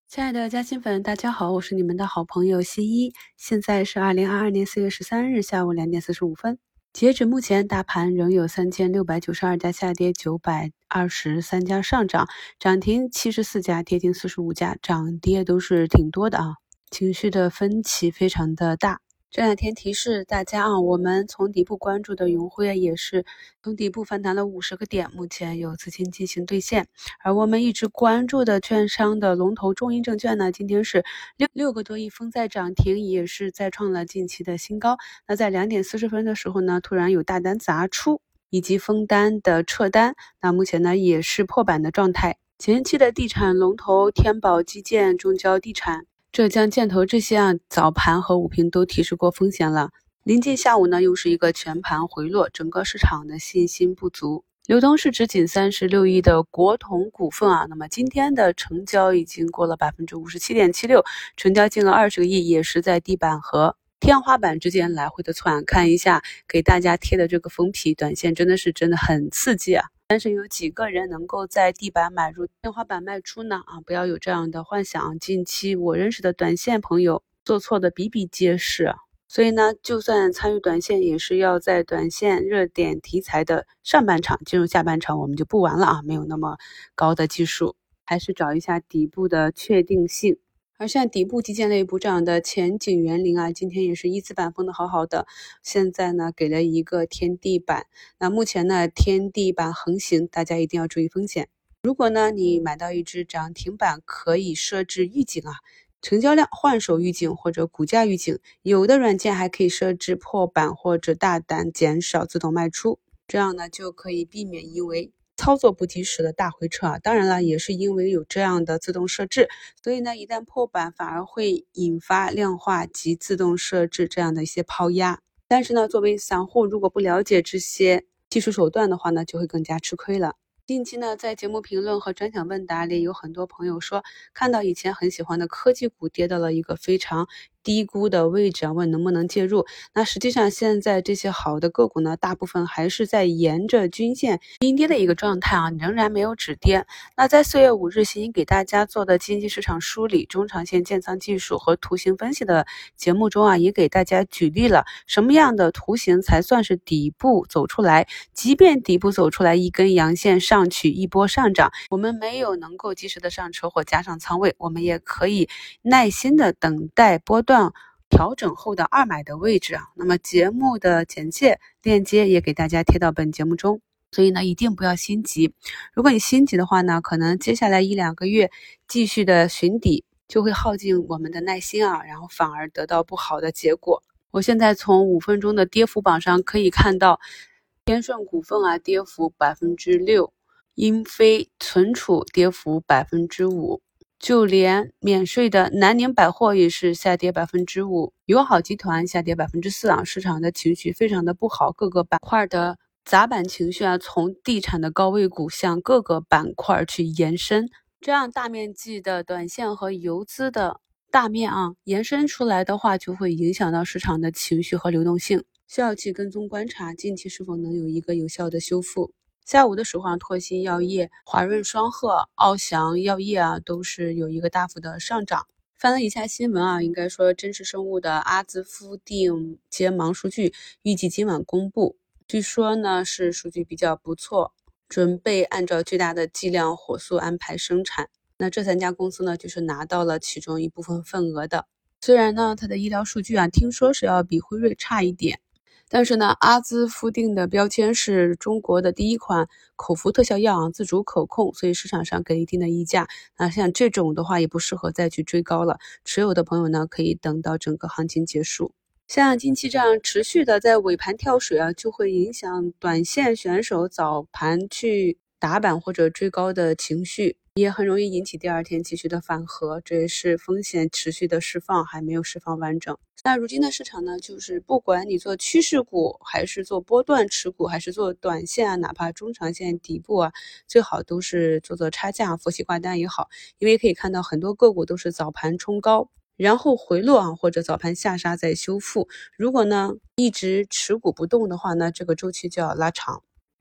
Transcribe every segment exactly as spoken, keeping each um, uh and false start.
亲爱的嘉兴粉，大家好，我是你们的好朋友西一。现在是二零二二年四月十三日下午两点四十五分。截止目前，大盘仍有三千六百九十二家下跌，九百二十三家上涨，涨停七十四家，跌停四十五家，涨跌都是挺多的啊，情绪的分歧非常的大。这两天提示大家啊，我们从底部关注的永辉也是从底部反弹了五十个点，目前有资金进行兑现。而我们一直关注的券商的龙头中银证券呢，今天是六六个多亿封在涨停，也是再创了近期的新高。那在两点四十分的时候呢，突然有大单砸出，以及封单的撤单，那目前呢也是破板的状态。前期的地产龙头天宝基建、中交地产、浙江建投这些啊，早盘和午评都提示过风险了。临近下午呢，又是一个全盘回落，整个市场的信心不足。流通市值仅三十六亿的国统股份啊，那么今天的成交已经过了百分之五十七点七六，成交金额二十个亿，也是在地板和天花板之间来回的窜。看一下给大家贴的这个封皮，短线真的是真的很刺激啊！但是有几个人能够在地板买入，天花板卖出呢？啊，不要有这样的幻想。近期我认识的短线朋友做错的比比皆是啊。所以呢，就算参与短线，也是要在短线热点题材的上半场，进入下半场我们就不玩了啊，没有那么高的技术，还是找一下底部的确定性。而像底部基建类补涨的前景园林啊，今天也是一字板封的好好的，现在呢给了一个天地板。那目前呢天地板横行，大家一定要注意风险。如果呢你买到一只涨停板，可以设置预警啊。成交量换手预警或者股价预警，有的软件还可以设置破板或者大胆减少自动卖出，这样呢就可以避免因为操作不及时的大回撤啊。当然了，也是因为有这样的自动设置，所以呢一旦破板反而会引发量化及自动设置这样的一些抛压。但是呢作为散户，如果不了解这些技术手段的话呢，就会更加吃亏了。近期呢，在节目评论和专享问答里，有很多朋友说，看到以前很喜欢的科技股跌到了一个非常低估的位置啊，问能不能介入？那实际上现在这些好的个股呢，大部分还是在沿着均线阴跌的一个状态啊，仍然没有止跌。那在四月五日新给大家做的经济市场梳理、中长线建仓技术和图形分析的节目中啊，也给大家举例了什么样的图形才算是底部走出来，即便底部走出来一根阳线上。上去一波上涨，我们没有能够及时的上车或加上仓位，我们也可以耐心的等待波段调整后的二买的位置啊。那么节目的简介链接也给大家贴到本节目中，所以呢一定不要心急。如果你心急的话呢，可能接下来一两个月继续的寻底就会耗尽我们的耐心啊，然后反而得到不好的结果。我现在从五分钟的跌幅榜上可以看到，天顺股份啊跌幅百分之六。英飞存储跌幅百分之五，就连免税的南宁百货也是下跌百分之五，友好集团下跌百分之四啊，市场的情绪非常的不好，各个板块的砸板情绪啊，从地产的高位股向各个板块去延伸，这样大面积的短线和游资的大面啊延伸出来的话，就会影响到市场的情绪和流动性，需要去跟踪观察近期是否能有一个有效的修复。下午的时候啊，拓新药业、华润双鹤、奥翔药业啊，都是有一个大幅的上涨。翻了一下新闻啊，应该说真实生物的阿兹夫定结盲数据预计今晚公布，据说呢是数据比较不错，准备按照巨大的剂量火速安排生产。那这三家公司呢，就是拿到了其中一部分份额的。虽然呢它的医疗数据啊，听说是要比辉瑞差一点。但是呢，阿兹夫定的标签是中国的第一款口服特效药啊，自主可控，所以市场上给了一定的溢价。那像这种的话，也不适合再去追高了。持有的朋友呢，可以等到整个行情结束。像近期这样持续的在尾盘跳水啊，就会影响短线选手早盘去打板或者追高的情绪，也很容易引起第二天继续的反弹，这也是风险持续的释放还没有释放完整。那如今的市场呢，就是不管你做趋势股还是做波段持股还是做短线啊，哪怕中长线底部啊，最好都是做做差价佛系挂单也好，因为可以看到很多个股都是早盘冲高然后回落啊，或者早盘下杀再修复。如果呢一直持股不动的话呢，这个周期就要拉长。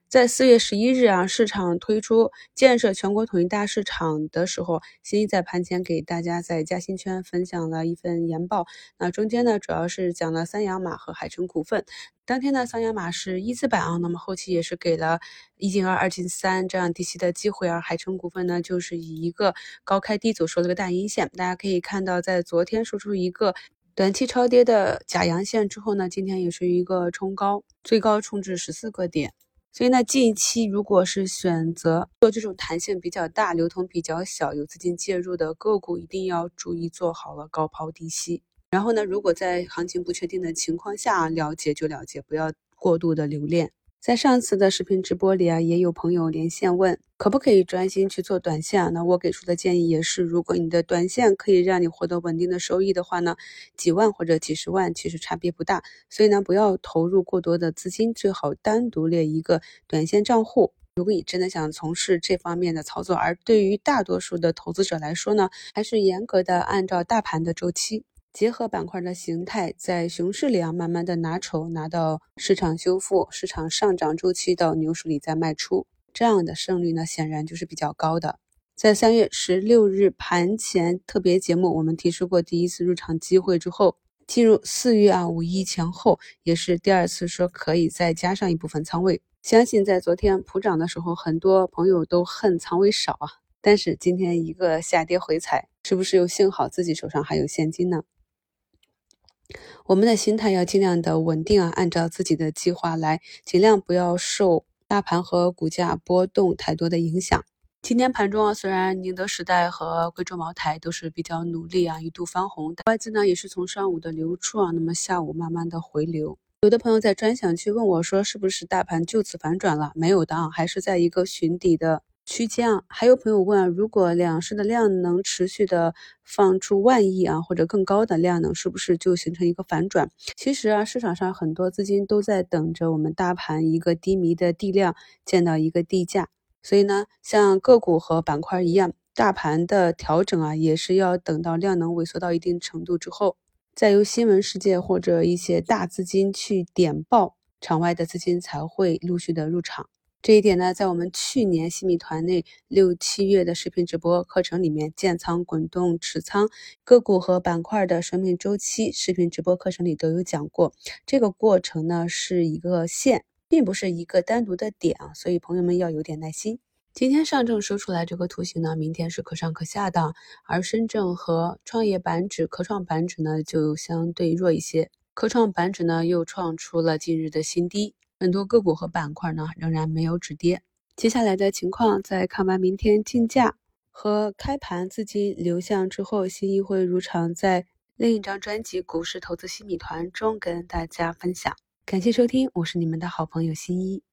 在四月十一日啊，市场推出建设全国统一大市场的时候，新一在盘前给大家在嘉兴圈分享了一份研报。那中间呢，主要是讲了三洋马和海城股份。当天呢，三洋马是一字板啊，那么后期也是给了一进二、二进三这样低吸的机会啊。海城股份呢，就是以一个高开低走收了个大阴线。大家可以看到，在昨天收出一个短期超跌的假阳线之后呢，今天也是一个冲高，最高冲至十四个点。所以呢，近期如果是选择做这种弹性比较大、流通比较小、有资金介入的个股，一定要注意做好了高抛低吸。然后呢，如果在行情不确定的情况下，了解就了解，不要过度的留恋。在上次的视频直播里啊，也有朋友连线问，可不可以专心去做短线啊？那我给出的建议也是，如果你的短线可以让你获得稳定的收益的话呢，几万或者几十万其实差别不大。所以呢，不要投入过多的资金，最好单独列一个短线账户。如果你真的想从事这方面的操作，而对于大多数的投资者来说呢，还是严格的按照大盘的周期，结合板块的形态，在熊市里啊，慢慢的拿筹，拿到市场修复、市场上涨周期到牛市里再卖出，这样的胜率呢，显然就是比较高的。在三月十六日盘前特别节目，我们提出过第一次入场机会之后，进入四月啊五一前后，也是第二次说可以再加上一部分仓位。相信在昨天普涨的时候，很多朋友都恨仓位少啊，但是今天一个下跌回踩，是不是又幸好自己手上还有现金呢？我们的心态要尽量的稳定啊，按照自己的计划来，尽量不要受大盘和股价波动太多的影响。今天盘中啊，虽然宁德时代和贵州茅台都是比较努力啊，一度翻红，外资呢也是从上午的流出啊，那么下午慢慢的回流。有的朋友在专享区问我说，是不是大盘就此反转了？没有的啊，还是在一个寻底的区间啊。还有朋友问啊，如果两市的量能持续的放出万亿啊或者更高的量能，是不是就形成一个反转？其实啊，市场上很多资金都在等着我们大盘一个低迷的地量见到一个地价。所以呢，像个股和板块一样，大盘的调整啊，也是要等到量能萎缩到一定程度之后，再由新闻事件或者一些大资金去点爆，场外的资金才会陆续的入场。这一点呢，在我们去年新米团内六七月的视频直播课程里面，建仓、滚动、持仓、个股和板块的生命周期视频直播课程里都有讲过。这个过程呢，是一个线，并不是一个单独的点啊，所以朋友们要有点耐心。今天上证收出来这个图形呢，明天是可上可下的，而深证和创业板指、科创板指呢就相对弱一些。科创板指呢又创出了近日的新低，很多个股和板块呢仍然没有止跌。接下来的情况，在看完明天竞价和开盘资金流向之后，新一会如常在另一张专辑《股市投资新米团》中跟大家分享。感谢收听，我是你们的好朋友新一。